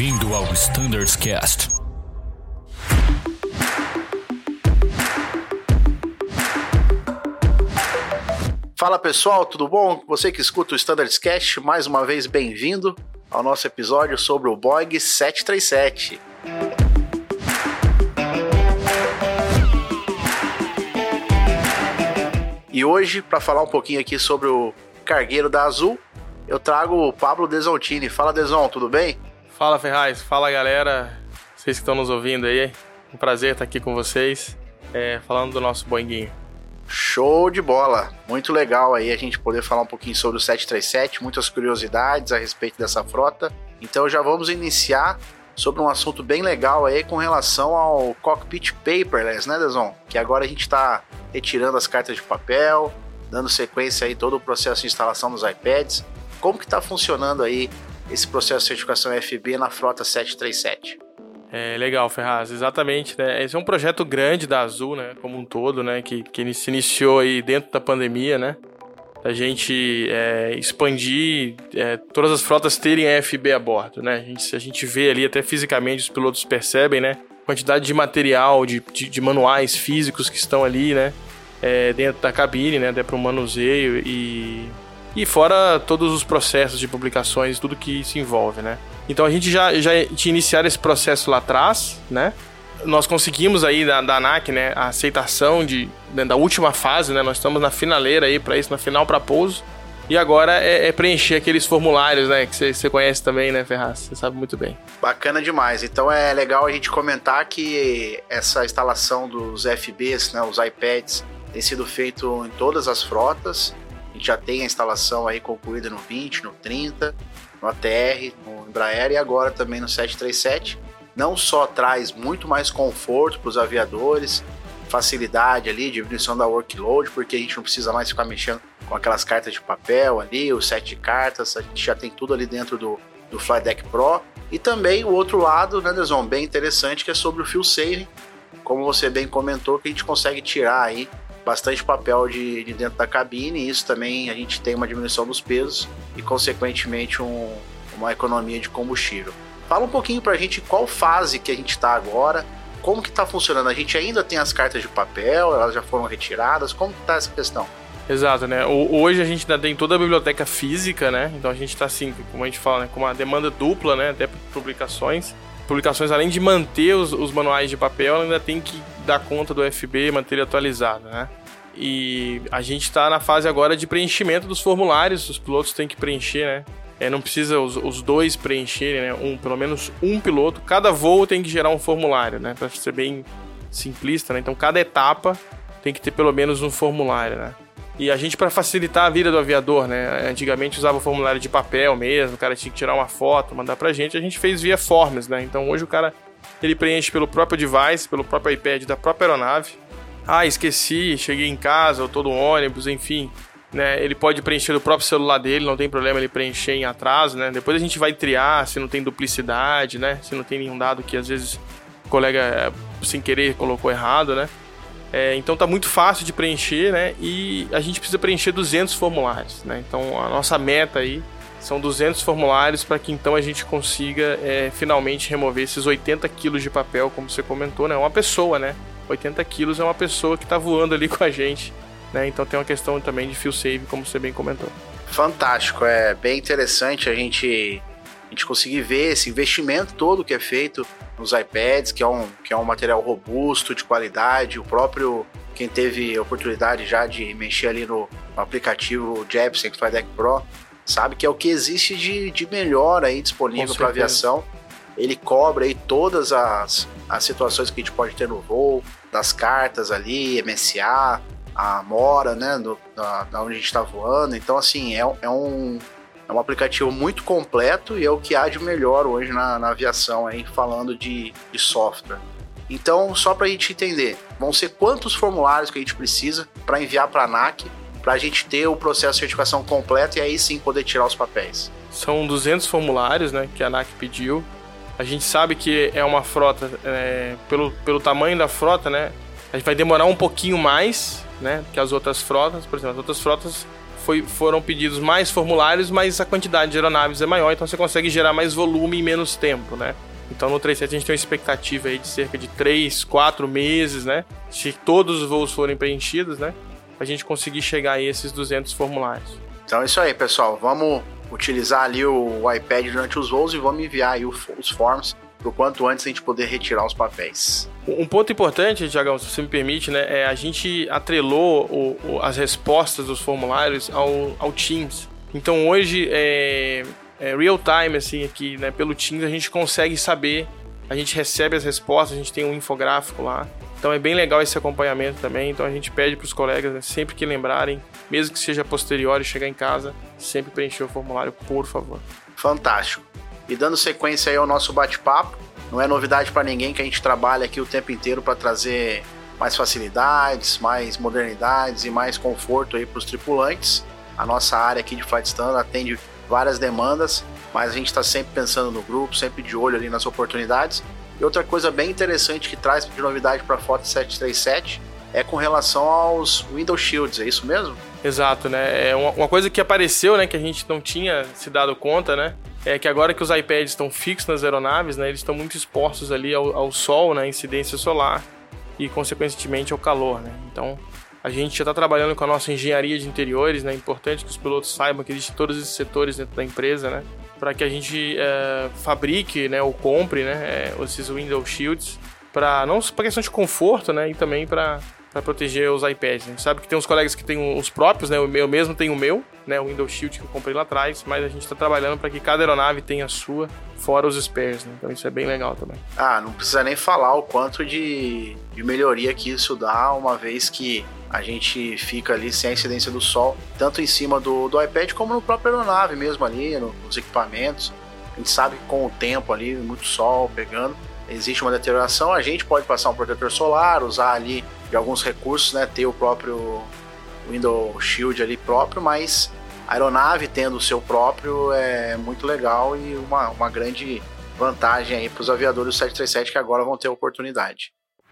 Bem-vindo ao Standards Cast. Fala pessoal, tudo bom? Você que escuta o Standards Cast, mais uma vez bem-vindo ao nosso episódio sobre o Boeing 737. E hoje, para falar um pouquinho aqui sobre o cargueiro da Azul, eu trago o Pablo Desontini. Fala, Deson, tudo bem? Fala, Ferraz. Fala, galera. Vocês que estão nos ouvindo aí. Um prazer estar aqui com vocês, falando do nosso Boinguinho. Show de bola. Muito legal aí a gente poder falar um pouquinho sobre o 737, muitas curiosidades a respeito dessa frota. Então já vamos iniciar sobre um assunto bem legal aí com relação ao cockpit paperless, né, Deson? Que agora a gente está retirando as cartas de papel, dando sequência aí todo o processo de instalação dos iPads. Como que está funcionando aí esse processo de certificação FB na frota 737? Legal, Ferraz, exatamente, né? Esse é um projeto grande da Azul, né, como um todo, né, que se iniciou aí dentro da pandemia, né, a gente expandir, todas as frotas terem FB a bordo, né, a gente vê ali, até fisicamente os pilotos percebem, né, quantidade de material, de manuais físicos que estão ali, né, dentro da cabine, né, até para o manuseio e fora todos os processos de publicações, tudo que se envolve, né. Então a gente já tinha iniciado esse processo lá atrás, né? Nós conseguimos aí da ANAC, né, a aceitação da última fase, né? Nós estamos na finaleira aí para isso, na final para pouso. E agora é preencher aqueles formulários, né, que você conhece também, né, Ferraz? Você sabe muito bem. Bacana demais. Então é legal a gente comentar que essa instalação dos FBs, né, os iPads, tem sido feito em todas as frotas. A gente já tem a instalação aí concluída no 20, no 30, no ATR, no Embraer e agora também no 737. Não só traz muito mais conforto para os aviadores, facilidade ali, diminuição da workload, porque a gente não precisa mais ficar mexendo com aquelas cartas de papel ali, o set de cartas, a gente já tem tudo ali dentro do Flydeck Pro. E também o outro lado, né, Deson, bem interessante, que é sobre o fuel saving, como você bem comentou, que a gente consegue tirar aí bastante papel de dentro da cabine, e isso também a gente tem uma diminuição dos pesos e, consequentemente, uma economia de combustível. Fala um pouquinho pra gente qual fase que a gente está agora, como que está funcionando. A gente ainda tem as cartas de papel, elas já foram retiradas, como que está essa questão? Exato, né? Hoje a gente ainda tem toda a biblioteca física, né? Então a gente está assim, como a gente fala, né, com uma demanda dupla, né? Até para publicações, além de manter os manuais de papel, ainda tem que dar conta do FB, manter ele atualizado, né? E a gente está na fase agora de preenchimento dos formulários, os pilotos têm que preencher, né? Não precisa os dois preencherem, né? Pelo menos um piloto, cada voo tem que gerar um formulário, né? Para ser bem simplista, né? Então cada etapa tem que ter pelo menos um formulário, né? E a gente, para facilitar a vida do aviador, né? Antigamente usava o formulário de papel mesmo, o cara tinha que tirar uma foto, mandar pra gente, a gente fez via Forms, né? Então hoje o cara, ele preenche pelo próprio device, pelo próprio iPad da própria aeronave. Esqueci, cheguei em casa, ou tô no ônibus, enfim, né? Ele pode preencher do próprio celular dele, não tem problema ele preencher em atraso, né? Depois a gente vai triar se não tem duplicidade, né? Se não tem nenhum dado que às vezes o colega, sem querer, colocou errado, né? Então tá muito fácil de preencher, né? E a gente precisa preencher 200 formulários, né? Então a nossa meta aí são 200 formulários para que então a gente consiga finalmente remover esses 80 quilos de papel, como você comentou, né? Uma pessoa, né? 80 quilos é uma pessoa que está voando ali com a gente, né? Então tem uma questão também de fuel saving, como você bem comentou. Fantástico, é bem interessante a gente conseguir ver esse investimento todo que é feito nos iPads, que é um material robusto, de qualidade. O próprio, quem teve a oportunidade já de mexer ali no aplicativo Jeppesen Flydeck Pro, sabe que é o que existe de melhor aí disponível para aviação. Ele cobre aí todas as situações que a gente pode ter no voo, das cartas ali, MSA, a mora, né, da onde a gente está voando. Então, assim, é um aplicativo muito completo e é o que há de melhor hoje na aviação, aí, falando de software. Então, só para a gente entender, vão ser quantos formulários que a gente precisa para enviar para a ANAC, para a gente ter o processo de certificação completo e aí sim poder tirar os papéis? São 200 formulários, né, que a ANAC pediu. A gente sabe que é uma frota, pelo tamanho da frota, né, a gente vai demorar um pouquinho mais, né, que as outras frotas. Por exemplo, as outras frotas foram pedidos mais formulários, mas a quantidade de aeronaves é maior, então você consegue gerar mais volume em menos tempo, né? Então no 37 a gente tem uma expectativa aí de cerca de 3, 4 meses, né? Se todos os voos forem preenchidos, né? A gente conseguir chegar a esses 200 formulários. Então é isso aí, pessoal. Vamos utilizar ali o iPad durante os voos e vamos enviar aí os forms o quanto antes a gente poder retirar os papéis. Um ponto importante, Thiagão, se você me permite, né, a gente atrelou as respostas dos formulários ao Teams. Então hoje real time, assim, aqui, né, pelo Teams a gente consegue saber, a gente recebe as respostas, a gente tem um infográfico lá. Então é bem legal esse acompanhamento também. Então a gente pede para os colegas, né, sempre que lembrarem, mesmo que seja posterior e chegar em casa, sempre preencher o formulário, por favor. Fantástico. E dando sequência aí ao nosso bate-papo, não é novidade para ninguém que a gente trabalha aqui o tempo inteiro para trazer mais facilidades, mais modernidades e mais conforto aí para os tripulantes. A nossa área aqui de Flight Standard atende várias demandas, mas a gente está sempre pensando no grupo, sempre de olho ali nas oportunidades. E outra coisa bem interessante que traz de novidade para a Frota 737 é com relação aos Window Shields, é isso mesmo? Exato, né? É uma coisa que apareceu, né, que a gente não tinha se dado conta, né? É que agora que os iPads estão fixos nas aeronaves, né, eles estão muito expostos ali ao sol, né, à incidência solar e, consequentemente, ao calor, né? Então, a gente já está trabalhando com a nossa engenharia de interiores, né? É importante que os pilotos saibam que existem todos esses setores dentro da empresa, né? Para que a gente fabrique, né, ou compre, né, esses Window Shields, não para questão de conforto, né, e também para proteger os iPads. A gente sabe que tem uns colegas que têm os próprios, né? Eu mesmo tenho o meu, né? O Window Shield que eu comprei lá atrás, mas a gente está trabalhando para que cada aeronave tenha a sua, fora os spares, né? Então isso é bem legal também. Não precisa nem falar o quanto de melhoria que isso dá, uma vez que a gente fica ali sem a incidência do sol, tanto em cima do iPad como no próprio aeronave mesmo ali, nos equipamentos. A gente sabe que com o tempo ali, muito sol pegando, existe uma deterioração. A gente pode passar um protetor solar, usar ali de alguns recursos, né, ter o próprio Window Shield ali próprio, mas a aeronave tendo o seu próprio é muito legal e uma grande vantagem aí para os aviadores do 737 que agora vão ter a oportunidade.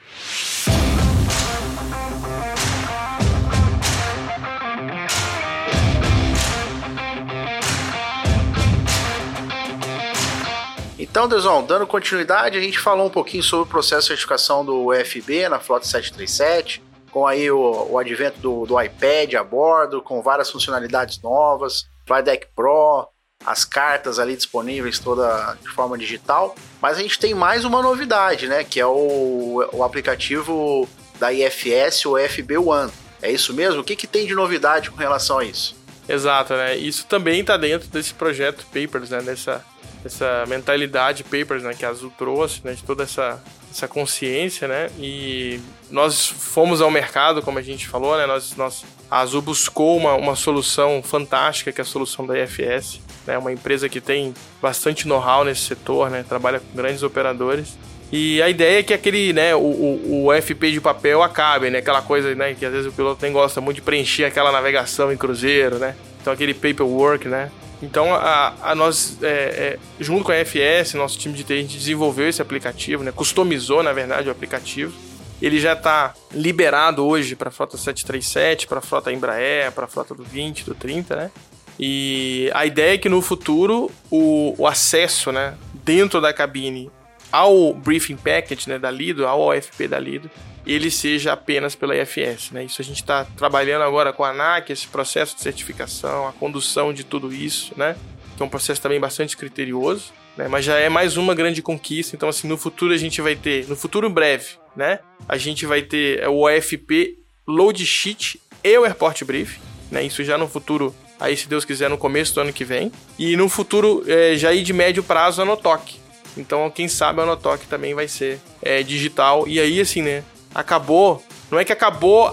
Então, Deson, dando continuidade, a gente falou um pouquinho sobre o processo de certificação do EFB na Frota 737, com aí o advento do iPad a bordo, com várias funcionalidades novas, Flight Deck Pro, as cartas ali disponíveis toda de forma digital. Mas a gente tem mais uma novidade, né, que é o aplicativo da IFS, o EFB One. É isso mesmo? O que tem de novidade com relação a isso? Exato, né? Isso também está dentro desse projeto Papers, né? Essa mentalidade Papers, né, que a Azul trouxe, né, de toda essa consciência, né, e nós fomos ao mercado, como a gente falou, né, a Azul buscou uma solução fantástica, que é a solução da IFS, né, uma empresa que tem bastante know-how nesse setor, né, trabalha com grandes operadores, e a ideia é que aquele, né, o FP de papel acabe, né, aquela coisa, né, que às vezes o piloto nem gosta muito de preencher aquela navegação em cruzeiro, né, então aquele paperwork, né. Então, nós, junto com a IFS, nosso time de TI, a gente desenvolveu esse aplicativo, né? Customizou, na verdade, o aplicativo. Ele já está liberado hoje para a Frota 737, para a Frota Embraer, para a Frota do 20, do 30, né? E a ideia é que no futuro o acesso, né, dentro da cabine ao Briefing Package, né, da Lido, ao OFP da Lido, ele seja apenas pela IFS, né? Isso a gente está trabalhando agora com a ANAC, esse processo de certificação, a condução de tudo isso, né? Que é um processo também bastante criterioso, né? Mas já é mais uma grande conquista. Então, assim, no futuro a gente vai ter, no futuro breve, né? A gente vai ter o OFP Load Sheet e o Airport Briefing, né? Isso já no futuro, aí se Deus quiser, no começo do ano que vem. E no futuro, já ir de médio prazo a Notoc. Então, quem sabe a Notoc também vai ser digital. E aí, assim, né? Acabou, não é que acabou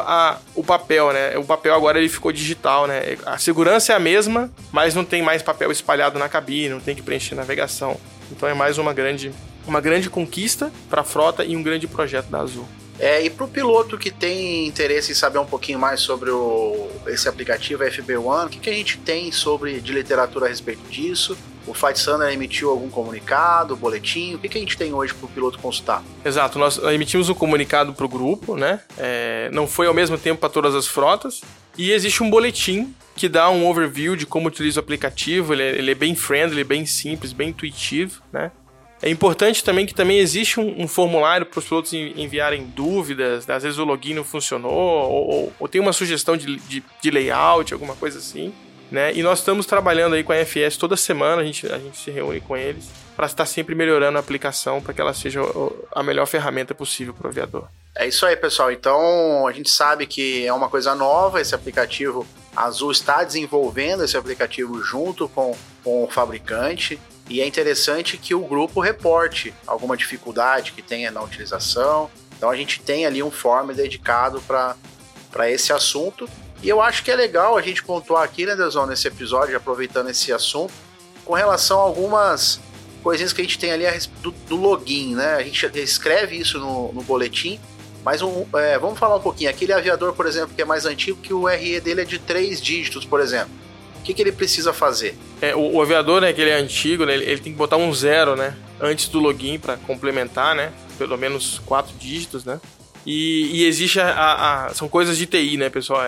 o papel, né? O papel agora ele ficou digital, né? A segurança é a mesma, mas não tem mais papel espalhado na cabine, não tem que preencher navegação. Então é mais uma grande conquista para a frota e um grande projeto da Azul. E para o piloto que tem interesse em saber um pouquinho mais sobre esse aplicativo FB One, o que a gente tem de literatura a respeito disso? O Flight Standard emitiu algum comunicado, boletim? O que a gente tem hoje para o piloto consultar? Exato, nós emitimos um comunicado para o grupo, né? Não foi ao mesmo tempo para todas as frotas. E existe um boletim que dá um overview de como utiliza o aplicativo. Ele é bem friendly, bem simples, bem intuitivo, né? É importante também que também existe um formulário para os pilotos enviarem dúvidas, às vezes o login não funcionou, ou tem uma sugestão de layout, alguma coisa assim, né? E nós estamos trabalhando aí com a FS toda semana, a gente se reúne com eles para estar sempre melhorando a aplicação para que ela seja a melhor ferramenta possível para o aviador. É isso aí, pessoal. Então, a gente sabe que é uma coisa nova esse aplicativo. A Azul está desenvolvendo esse aplicativo junto com o fabricante. E é interessante que o grupo reporte alguma dificuldade que tenha na utilização. Então a gente tem ali um fórum dedicado para esse assunto. E eu acho que é legal a gente pontuar aqui, né, Dezão, nesse episódio, aproveitando esse assunto, com relação a algumas coisinhas que a gente tem ali do login, né? A gente escreve isso no boletim, mas vamos falar um pouquinho. Aquele aviador, por exemplo, que é mais antigo, que o RE dele é de 3 dígitos, por exemplo. O que ele precisa fazer? O aviador, né, que ele é antigo, né, ele tem que botar um 0, né, antes do login para complementar, né, pelo menos 4 dígitos, né. E existe são coisas de TI, né, pessoal.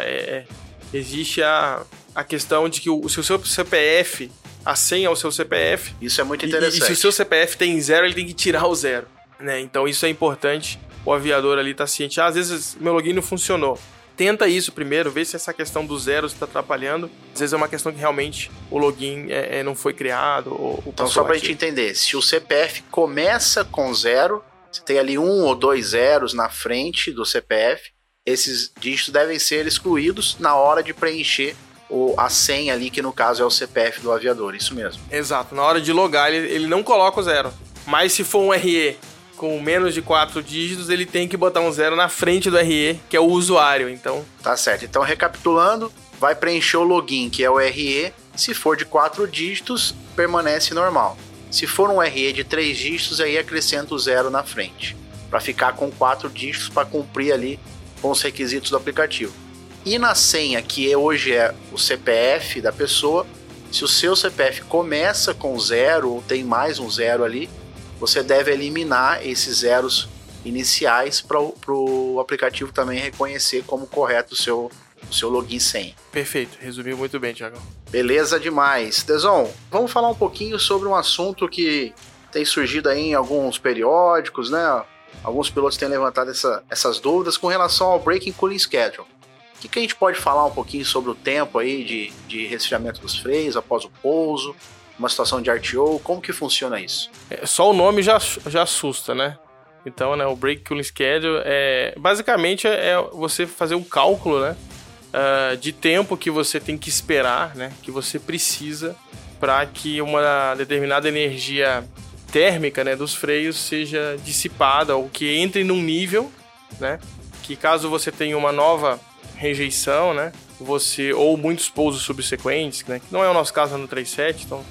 Existe a questão de que se o seu CPF, a senha é o seu CPF. Isso é muito interessante. E se o seu CPF tem 0, ele tem que tirar o 0, né. Então isso é importante. O aviador ali tá ciente. Às vezes meu login não funcionou. Tenta isso primeiro, vê se essa questão do 0 está atrapalhando. Às vezes é uma questão que realmente o login não foi criado. Então, só para a gente entender, se o CPF começa com 0, você tem ali 1 ou 2 zeros na frente do CPF, esses dígitos devem ser excluídos na hora de preencher a senha ali, que no caso é o CPF do aviador, isso mesmo. Exato, na hora de logar ele não coloca o 0, mas se for um RE com menos de 4 dígitos, ele tem que botar um 0 na frente do RE, que é o usuário, então... Tá certo. Então, recapitulando, vai preencher o login, que é o RE. Se for de 4 dígitos, permanece normal. Se for um RE de 3 dígitos, aí acrescenta o 0 na frente, para ficar com 4 dígitos para cumprir ali com os requisitos do aplicativo. E na senha, que hoje é o CPF da pessoa, se o seu CPF começa com 0 ou tem mais um 0 ali, você deve eliminar esses zeros iniciais para o aplicativo também reconhecer como correto o seu login e senha. Perfeito, resumiu muito bem, Thiago. Beleza demais. Dezon, vamos falar um pouquinho sobre um assunto que tem surgido aí em alguns periódicos, né? Alguns pilotos têm levantado essas dúvidas com relação ao Braking Cooling Schedule. O que a gente pode falar um pouquinho sobre o tempo aí de resfriamento dos freios após o pouso? Uma situação de RTO, como que funciona isso? Só o nome já assusta, né? Então, né, o Braking Cooling Schedule basicamente é você fazer um cálculo, né, de tempo que você tem que esperar, né, que você precisa para que uma determinada energia térmica, né, dos freios seja dissipada ou que entre num nível, né, que caso você tenha uma nova rejeição, né, ou muitos pousos subsequentes, né, que não é o nosso caso no 37, então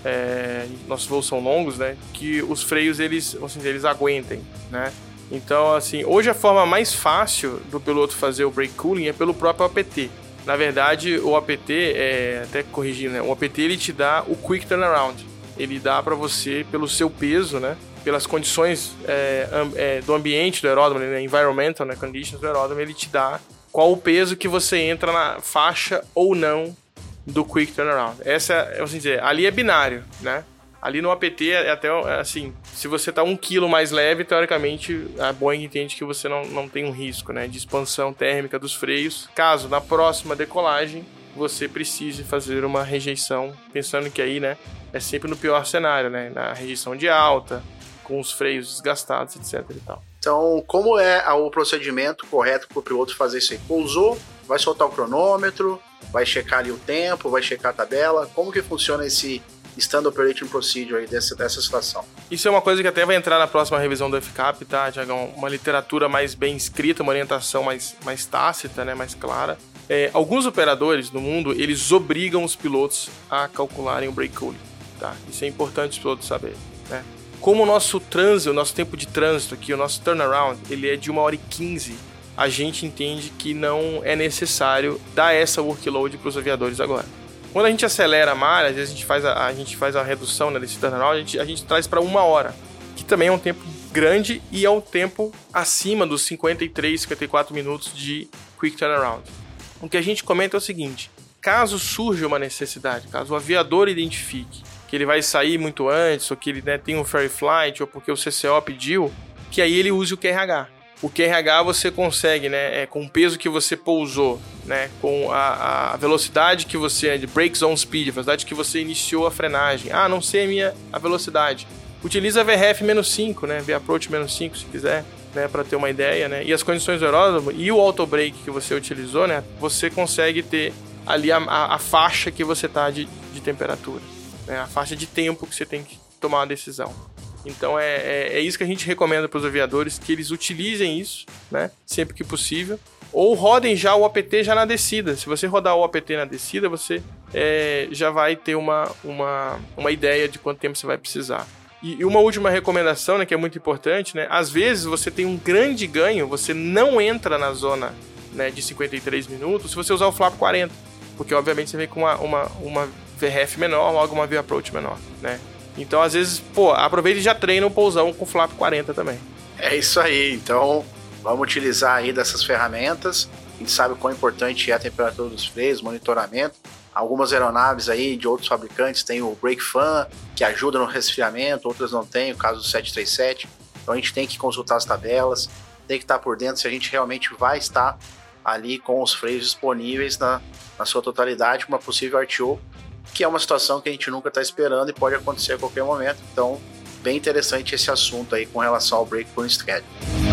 nossos voos são longos, né, que os freios eles aguentem, né. Então, assim, hoje a forma mais fácil do piloto fazer o brake cooling é pelo próprio APT. Na verdade, o APT, até corrigindo, né, o APT ele te dá o Quick Turnaround. Ele dá para você, pelo seu peso, né, pelas condições do ambiente do aeródromo, né, environmental, né, conditions do aeródromo, ele te dá qual o peso que você entra na faixa ou não do Quick Turnaround. Vamos dizer, ali é binário, né? Ali no APT é até assim, se você tá 1 kg mais leve, teoricamente a Boeing entende que você não tem um risco, né, de expansão térmica dos freios, caso na próxima decolagem você precise fazer uma rejeição, pensando que aí, né, é sempre no pior cenário, né, na rejeição de alta, com os freios desgastados, etc e tal. Então, como é o procedimento correto para o piloto fazer isso aí? Pousou, vai soltar o cronômetro, vai checar ali o tempo, vai checar a tabela, como que funciona esse Standard Operating Procedure aí dessa situação? Isso é uma coisa que até vai entrar na próxima revisão do FCAP, tá, Thiagão? Uma literatura mais bem escrita, uma orientação mais tácita, né, mais clara. Alguns operadores no mundo, eles obrigam os pilotos a calcularem o brake cooling, tá? Isso é importante os pilotos saberem, né? Como o nosso tempo de trânsito aqui, o nosso turnaround, ele é de 1h15, a gente entende que não é necessário dar essa workload para os aviadores agora. Quando a gente acelera a malha, às vezes a gente faz a redução, né, desse turnaround, a gente traz para 1 hora, que também é um tempo grande e é um tempo acima dos 53, 54 minutos de quick turnaround. O que a gente comenta é o seguinte: caso surja uma necessidade, caso o aviador identifique que ele vai sair muito antes, ou que ele, né, tem um ferry flight, ou porque o CCO pediu, que aí ele use o QRH. O QRH você consegue, né, com o peso que você pousou, né, com a velocidade que você, de brake zone speed, a velocidade que você iniciou a frenagem. Ah, não sei a velocidade. Utiliza VRF -5, né, V-approach -5 se quiser, né, para ter uma ideia, né, e as condições do aeródromo e o auto brake que você utilizou, né, você consegue ter ali a faixa que você tá de temperatura, né, a faixa de tempo que você tem que tomar uma decisão. Então é isso que a gente recomenda para os aviadores, que eles utilizem isso, né, sempre que possível, ou rodem já o APT já na descida. Se você rodar o APT na descida, você já vai ter uma ideia de quanto tempo você vai precisar. E uma última recomendação, né, que é muito importante, né, às vezes você tem um grande ganho, você não entra na zona, né, de 53 minutos se você usar o flap 40, porque obviamente você vem com uma VRF menor, logo uma V-approach menor, né. Então, às vezes, aproveita e já treina o pousão com flap 40 também. É isso aí. Então, vamos utilizar aí dessas ferramentas. A gente sabe o quão importante é a temperatura dos freios, monitoramento. Algumas aeronaves aí de outros fabricantes têm o brake fan, que ajuda no resfriamento, outras não têm, o caso do 737. Então, a gente tem que consultar as tabelas, tem que estar por dentro se a gente realmente vai estar ali com os freios disponíveis na sua totalidade, com uma possível RTO, que é uma situação que a gente nunca está esperando e pode acontecer a qualquer momento. Então, bem interessante esse assunto aí com relação ao Brake Burn Schedule.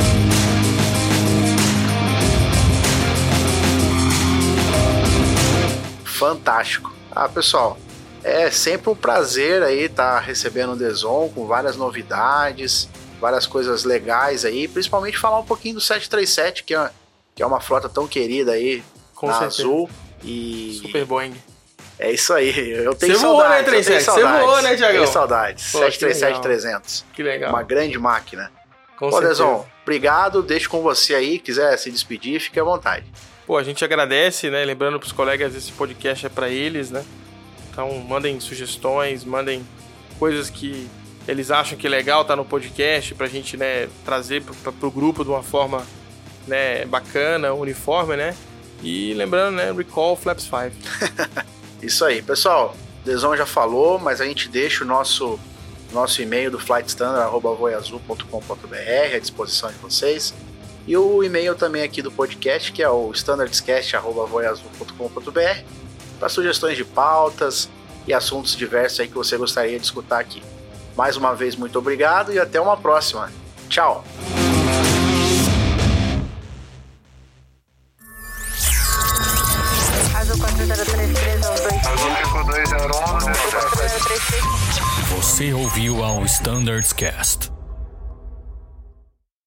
Fantástico. Pessoal, é sempre um prazer aí estar recebendo o DAZN com várias novidades, várias coisas legais aí, principalmente falar um pouquinho do 737, que é uma frota tão querida aí com na certeza. Azul. E Super Boeing. É isso aí, eu tenho Você saudades. Voou, né, 37? Você voou, né, Thiagão? Tenho saudades. 737-300. Que legal. Uma grande máquina. Com certeza. DAZN, obrigado. Deixo com você aí. Quiser se despedir, fique à vontade. A gente agradece, né? Lembrando pros colegas, esse podcast é pra eles, né? Então, mandem sugestões, mandem coisas que eles acham que é legal tá no podcast pra gente, né, trazer pro grupo de uma forma, né, bacana, uniforme, né? E lembrando, né, recall Flaps 5. Isso aí, pessoal. O DAZN já falou, mas a gente deixa o nosso e-mail do flightstandard@voiazul.com.br à disposição de vocês. E o e-mail também aqui do podcast, que é o standardscast@voiazul.com.br, para sugestões de pautas e assuntos diversos aí que você gostaria de escutar aqui. Mais uma vez, muito obrigado e até uma próxima. Tchau! Você ouviu ao Standards Cast.